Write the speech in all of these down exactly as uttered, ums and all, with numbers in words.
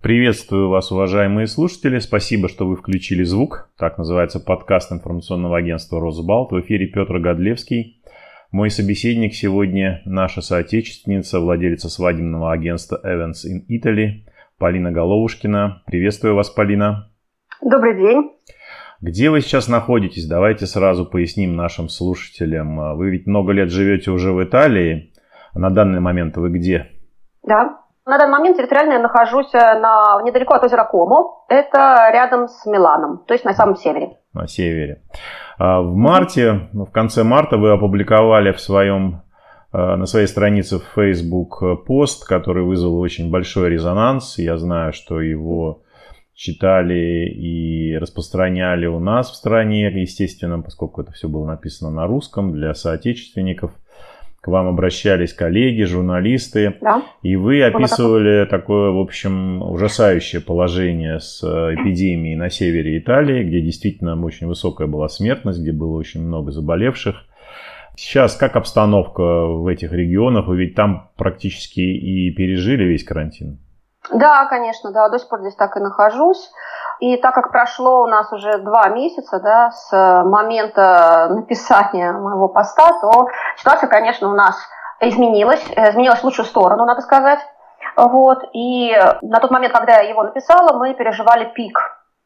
Приветствую вас, уважаемые слушатели. Спасибо, что вы включили звук. Так называется подкаст информационного агентства «Росбалт». В эфире Петр Годлевский. Мой собеседник сегодня наша соотечественница, владелица свадебного агентства Events in Italy, Полина Головушкина. Приветствую вас, Полина. Добрый день. Где вы сейчас находитесь? Давайте сразу поясним нашим слушателям. Вы ведь много лет живете уже в Италии. На данный момент вы где? Да. На данный момент территориально я нахожусь на, недалеко от озера Комо. Это рядом с Миланом, то есть на самом севере. На севере. В марте, в конце марта вы опубликовали в своем, на своей странице в Facebook пост, который вызвал очень большой резонанс. Я знаю, что его читали и распространяли у нас в стране, естественно, поскольку это все было написано на русском для соотечественников. К вам обращались коллеги, журналисты, да. И вы описывали такое, в общем, ужасающее положение с эпидемией на севере Италии, где действительно очень высокая была смертность, где было очень много заболевших. Сейчас как обстановка в этих регионах? Вы ведь там практически и пережили весь карантин. Да, конечно, да, до сих пор здесь так и нахожусь. И так как прошло у нас уже два месяца, да, с момента написания моего поста, то ситуация, конечно, у нас изменилась, изменилась в лучшую сторону, надо сказать. Вот. И на тот момент, когда я его написала, мы переживали пик.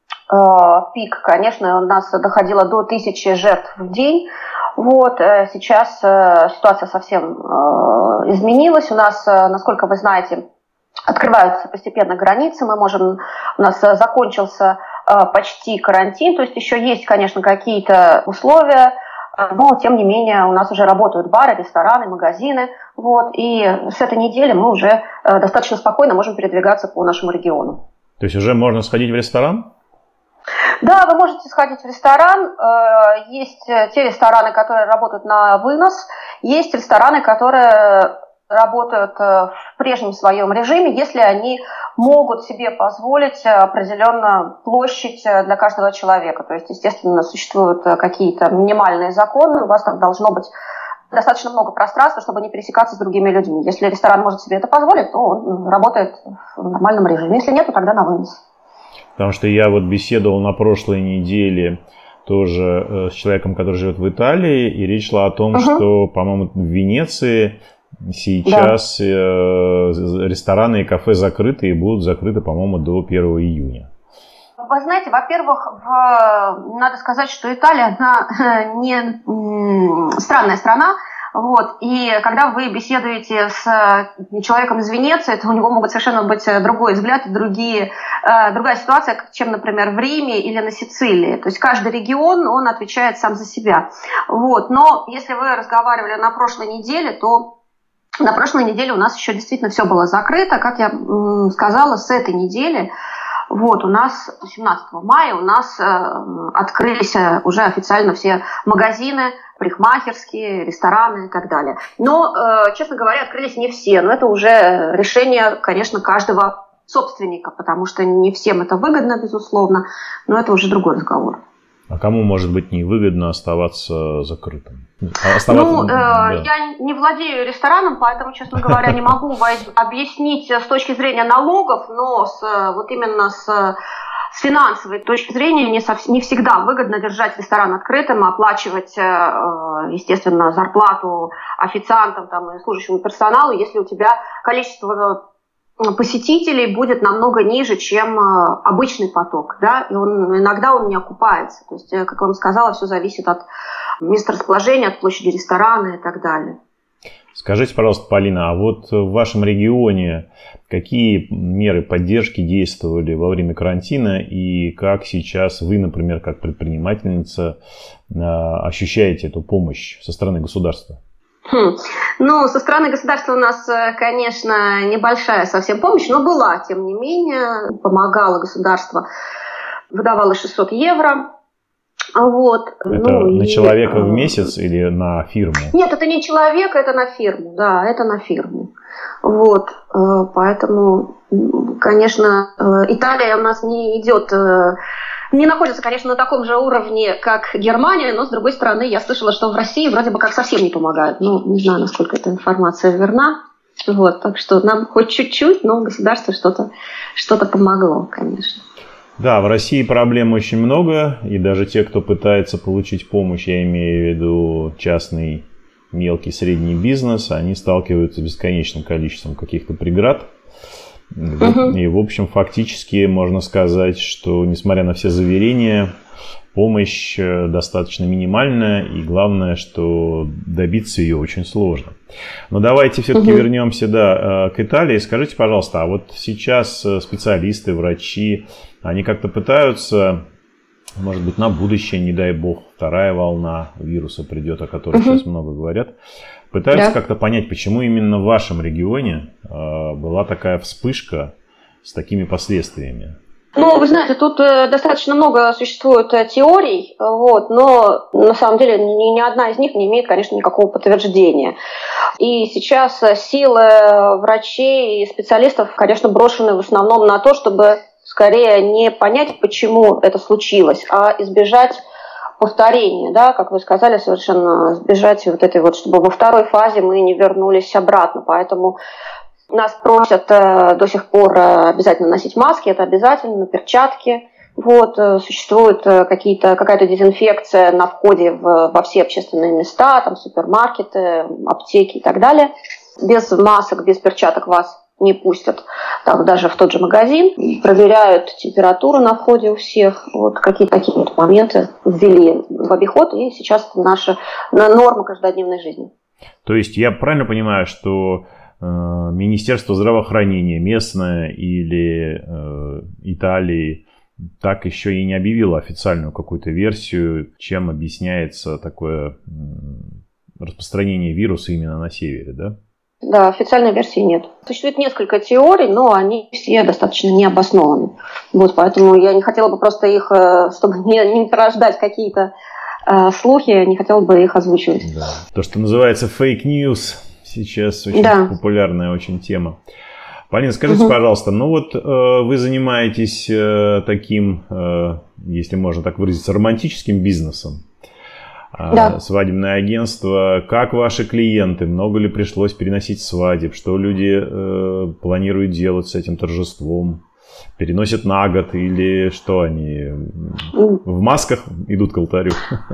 Пик, конечно, у нас доходило до тысячи жертв в день. Вот. Сейчас ситуация совсем изменилась. У нас, насколько вы знаете, открываются постепенно границы, мы можем, у нас закончился э, почти карантин, то есть еще есть, конечно, какие-то условия, но тем не менее у нас уже работают бары, рестораны, магазины, вот, и с этой недели мы уже э, достаточно спокойно можем передвигаться по нашему региону. То есть уже можно сходить в ресторан? Да, вы можете сходить в ресторан, э, есть те рестораны, которые работают на вынос, есть рестораны, которые работают в прежнем своем режиме, если они могут себе позволить определенную площадь для каждого человека. То есть, естественно, существуют какие-то минимальные законы, у вас там должно быть достаточно много пространства, чтобы не пересекаться с другими людьми. Если ресторан может себе это позволить, то он работает в нормальном режиме. Если нет, то тогда на вынос. Потому что я вот беседовал на прошлой неделе тоже с человеком, который живет в Италии, и речь шла о том, угу. что, по-моему, в Венеции сейчас да. рестораны и кафе закрыты и будут закрыты, по-моему, до первого июня. Вы знаете, во-первых, в... надо сказать, что Италия, она не странная страна. Вот. И когда вы беседуете с человеком из Венеции, то у него могут совершенно быть другой взгляд и другие, другая ситуация, чем, например, в Риме или на Сицилии. То есть каждый регион, он отвечает сам за себя. Вот. Но если вы разговаривали на прошлой неделе, то на прошлой неделе у нас еще действительно все было закрыто. Как я сказала, с этой недели, вот, у нас семнадцатого мая у нас э, открылись уже официально все магазины, парикмахерские, рестораны и так далее. Но, э, честно говоря, открылись не все. Но это уже решение, конечно, каждого собственника, потому что не всем это выгодно, безусловно, но это уже другой разговор. А кому, может быть, невыгодно оставаться закрытым? Оставаться... Ну, э, да. я не владею рестораном, поэтому, честно говоря, не могу объяснить с точки зрения налогов, но с, вот именно с, с финансовой точки зрения не, совсем, не всегда выгодно держать ресторан открытым, оплачивать, естественно, зарплату официантам там, и служащему персоналу, если у тебя количество посетителей будет намного ниже, чем обычный поток, да, и он, иногда он не окупается. То есть, как я вам сказала, все зависит от места расположения, от площади ресторана и так далее. Скажите, пожалуйста, Полина, а вот в вашем регионе какие меры поддержки действовали во время карантина и как сейчас вы, например, как предпринимательница, ощущаете эту помощь со стороны государства? Хм. Ну, со стороны государства у нас, конечно, небольшая совсем помощь, но была, тем не менее, помогало государство, выдавало шестьсот евро. Вот. Это ну, на и... человека в месяц или на фирму? Нет, это не человек, это на фирму, да, это на фирму. Вот, поэтому, конечно, Италия у нас не идет... Не находится, конечно, на таком же уровне, как Германия, но, с другой стороны, я слышала, что в России вроде бы как совсем не помогают. Ну, не знаю, насколько эта информация верна. Вот, так что нам хоть чуть-чуть, но государство что-то, что-то помогло, конечно. Да, в России проблем очень много, и даже те, кто пытается получить помощь, я имею в виду частный, мелкий, средний бизнес, они сталкиваются с бесконечным количеством каких-то преград. Uh-huh. И, в общем, фактически можно сказать, что, несмотря на все заверения, помощь достаточно минимальная, и главное, что добиться ее очень сложно. Но давайте все-таки uh-huh. вернемся, да, к Италии. Скажите, пожалуйста, а вот сейчас специалисты, врачи, они как-то пытаются, может быть, на будущее, не дай бог, вторая волна вируса придет, о которой uh-huh. сейчас много говорят, пытаются да. как-то понять, почему именно в вашем регионе э, была такая вспышка с такими последствиями. Ну, вы знаете, тут э, достаточно много существует э, теорий, вот, но на самом деле ни, ни одна из них не имеет, конечно, никакого подтверждения. И сейчас силы врачей и специалистов, конечно, брошены в основном на то, чтобы скорее не понять, почему это случилось, а избежать повторения, да, как вы сказали, совершенно избежать вот этой вот, чтобы во второй фазе мы не вернулись обратно. Поэтому нас просят э, до сих пор обязательно носить маски, это обязательно, перчатки. Вот, э, существует э, какие-то, какая-то дезинфекция на входе в, во все общественные места, там супермаркеты, аптеки и так далее. Без масок, без перчаток вас не пустят там, даже в тот же магазин, проверяют температуру на входе у всех. Вот какие-то такие вот моменты ввели в обиход, и сейчас это наша норма каждодневной жизни. То есть я правильно понимаю, что э, Министерство здравоохранения местное или э, Италии так еще и не объявило официальную какую-то версию, чем объясняется такое э, распространение вируса именно на севере, да? Да, официальной версии нет. Существует несколько теорий, но они все достаточно необоснованы. Вот, поэтому я не хотела бы просто их, чтобы не, не порождать какие-то э, слухи, не хотела бы их озвучивать. Да. То, что называется фейк-ньюс, сейчас очень да. популярная очень тема. Полина, скажите, угу. пожалуйста, ну вот э, вы занимаетесь э, таким, э, если можно так выразиться, романтическим бизнесом. Да. Свадебное агентство. Как ваши клиенты? Много ли пришлось переносить свадеб? Что люди э, планируют делать с этим торжеством? Переносят на год или что они в масках идут к алтарю?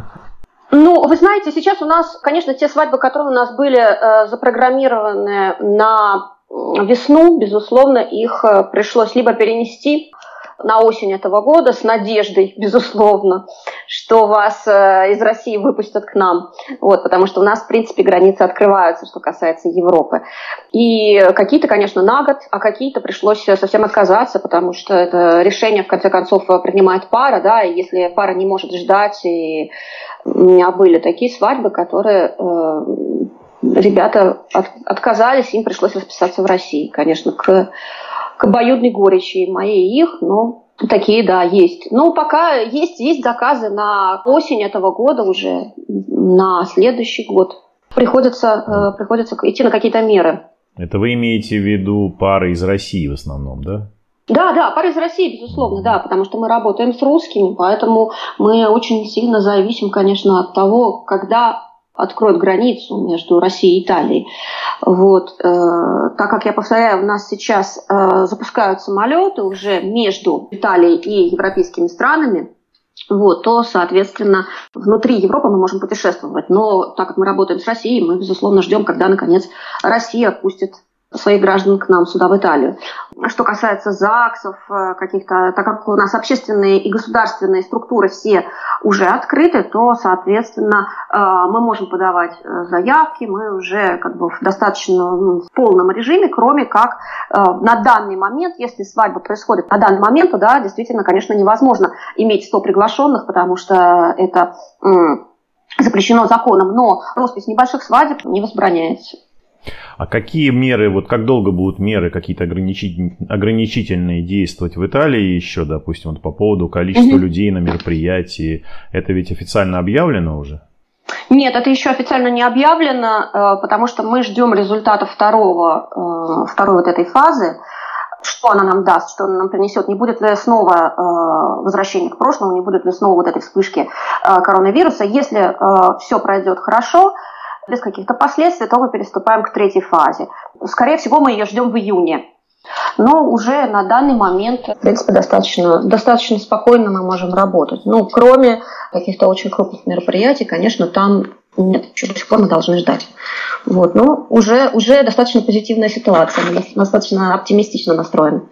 Ну, вы знаете, сейчас у нас, конечно, те свадьбы, которые у нас были э, запрограммированы на весну, безусловно, их э, пришлось либо перенести на осень этого года с надеждой, безусловно, что вас э, из России выпустят к нам. Вот, потому что у нас, в принципе, границы открываются, что касается Европы. И какие-то, конечно, на год, а какие-то пришлось совсем отказаться, потому что это решение, в конце концов, принимает пара, да, и если пара не может ждать, и у меня были такие свадьбы, которые э, ребята от, отказались, им пришлось расписаться в России, конечно, к к обоюдной горечи моей и их, но такие, да, есть. Но пока есть, есть заказы на осень этого года уже, на следующий год. Приходится, э, приходится идти на какие-то меры. Это вы имеете в виду пары из России в основном, да? Да, да, пары из России, безусловно, да, потому что мы работаем с русскими, поэтому мы очень сильно зависим, конечно, от того, когда откроют границу между Россией и Италией. Вот. Так как, я повторяю, у нас сейчас запускают самолеты уже между Италией и европейскими странами, вот, то, соответственно, внутри Европы мы можем путешествовать. Но так как мы работаем с Россией, мы, безусловно, ждем, когда, наконец, Россия отпустит своих граждан к нам сюда, в Италию. Что касается ЗАГСов, каких-то, так как у нас общественные и государственные структуры все уже открыты, то, соответственно, мы можем подавать заявки, мы уже как бы в достаточно ну, в полном режиме, кроме как на данный момент, если свадьба происходит на данный момент, то, да, действительно, конечно, невозможно иметь сто приглашенных, потому что это м, запрещено законом, но роспись небольших свадеб не возбраняется. А какие меры, вот как долго будут меры какие-то ограничительные действовать в Италии еще, допустим, вот по поводу количества mm-hmm. людей на мероприятии? Это ведь официально объявлено уже? Нет, это еще официально не объявлено, потому что мы ждем результатов второго, второй вот этой фазы. Что она нам даст, что она нам принесет, не будет ли снова э, возвращение к прошлому, не будет ли снова вот этой вспышки э, коронавируса. Если э, все пройдет хорошо, без каких-то последствий, то мы переступаем к третьей фазе. Скорее всего, мы ее ждем в июне. Но уже на данный момент, в принципе, достаточно, достаточно спокойно мы можем работать. Ну, кроме каких-то очень крупных мероприятий, конечно, там нет, еще до сих пор мы должны ждать. Вот. Но уже, уже достаточно позитивная ситуация, мы достаточно оптимистично настроены.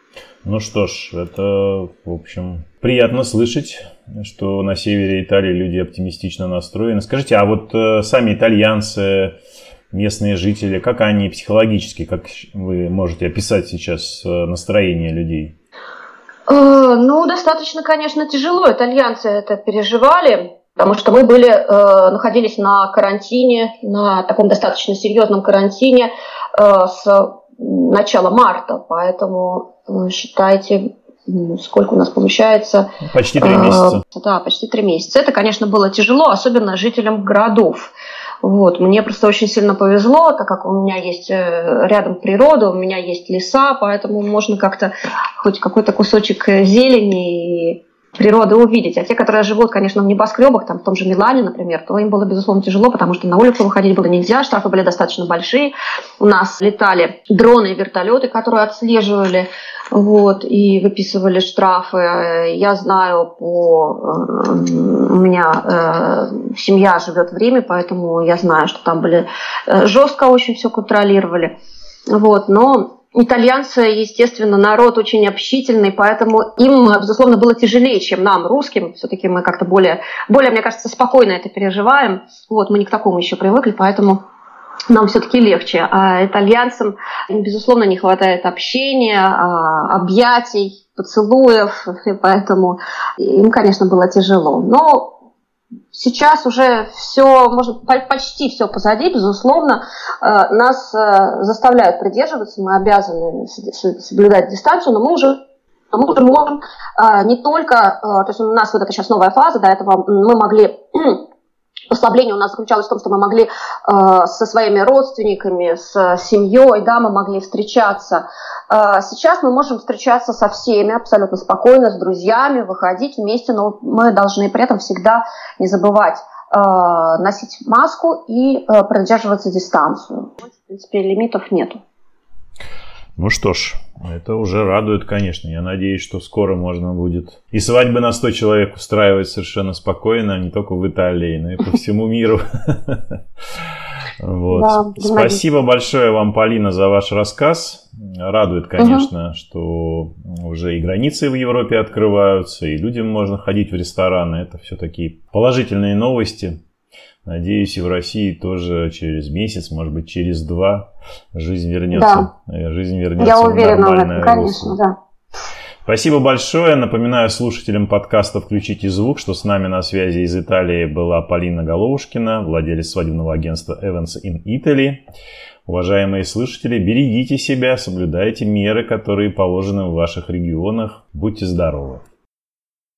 Ну что ж, это, в общем, приятно слышать, что на севере Италии люди оптимистично настроены. Скажите, а вот э, сами итальянцы, местные жители, как они психологически, как вы можете описать сейчас настроение людей? Э, ну, достаточно, конечно, тяжело. Итальянцы это переживали, потому что мы были, э, находились на карантине, на таком достаточно серьезном карантине э, с начала марта, поэтому считайте, сколько у нас получается. Почти три месяца. Э, да, почти три месяца. Это, конечно, было тяжело, особенно жителям городов. Вот. Мне просто очень сильно повезло, так как у меня есть рядом природа, у меня есть леса, поэтому можно как-то хоть какой-то кусочек зелени и природы увидеть. А те, которые живут, конечно, в небоскребах, там, в том же Милане, например, то им было, безусловно, тяжело, потому что на улицу выходить было нельзя, штрафы были достаточно большие. У нас летали дроны и вертолеты, которые отслеживали, вот, и выписывали штрафы. Я знаю, по... у меня э, семья живет в Риме, поэтому я знаю, что там были жестко очень все контролировали. Вот, но итальянцы, естественно, народ очень общительный, поэтому им, безусловно, было тяжелее, чем нам, русским. Все-таки мы как-то более, более, мне кажется, спокойно это переживаем. Вот, мы не к такому еще привыкли, поэтому нам все-таки легче. А итальянцам, безусловно, не хватает общения, объятий, поцелуев, и поэтому им, конечно, было тяжело. Но сейчас уже все, может, почти все позади, безусловно. Нас заставляют придерживаться, мы обязаны соблюдать дистанцию, но мы уже, мы уже можем не только, то есть у нас вот это сейчас новая фаза, до этого мы могли... Послабление у нас заключалось в том, что мы могли э, со своими родственниками, с семьей, да, мы могли встречаться. Э, сейчас мы можем встречаться со всеми абсолютно спокойно, с друзьями, выходить вместе, но мы должны при этом всегда не забывать э, носить маску и э, придерживаться дистанцию. В принципе, лимитов нету. Ну что ж, это уже радует, конечно. Я надеюсь, что скоро можно будет и свадьбы на сто человек устраивать совершенно спокойно, не только в Италии, но и по всему миру. Вот. Да, спасибо большое вам, Полина, за ваш рассказ. Радует, конечно, угу. что уже и границы в Европе открываются, и людям можно ходить в рестораны. Это все такие положительные новости. Надеюсь, и в России тоже через месяц, может быть, через два жизнь вернется. Да. Жизнь вернется Я в уверена нормальное в этом, конечно, русло. да. Спасибо большое. Напоминаю слушателям подкаста «Включите звук», что с нами на связи из Италии была Полина Головушкина, владелец свадебного агентства Events in Italy. Уважаемые слушатели, берегите себя, соблюдайте меры, которые положены в ваших регионах. Будьте здоровы.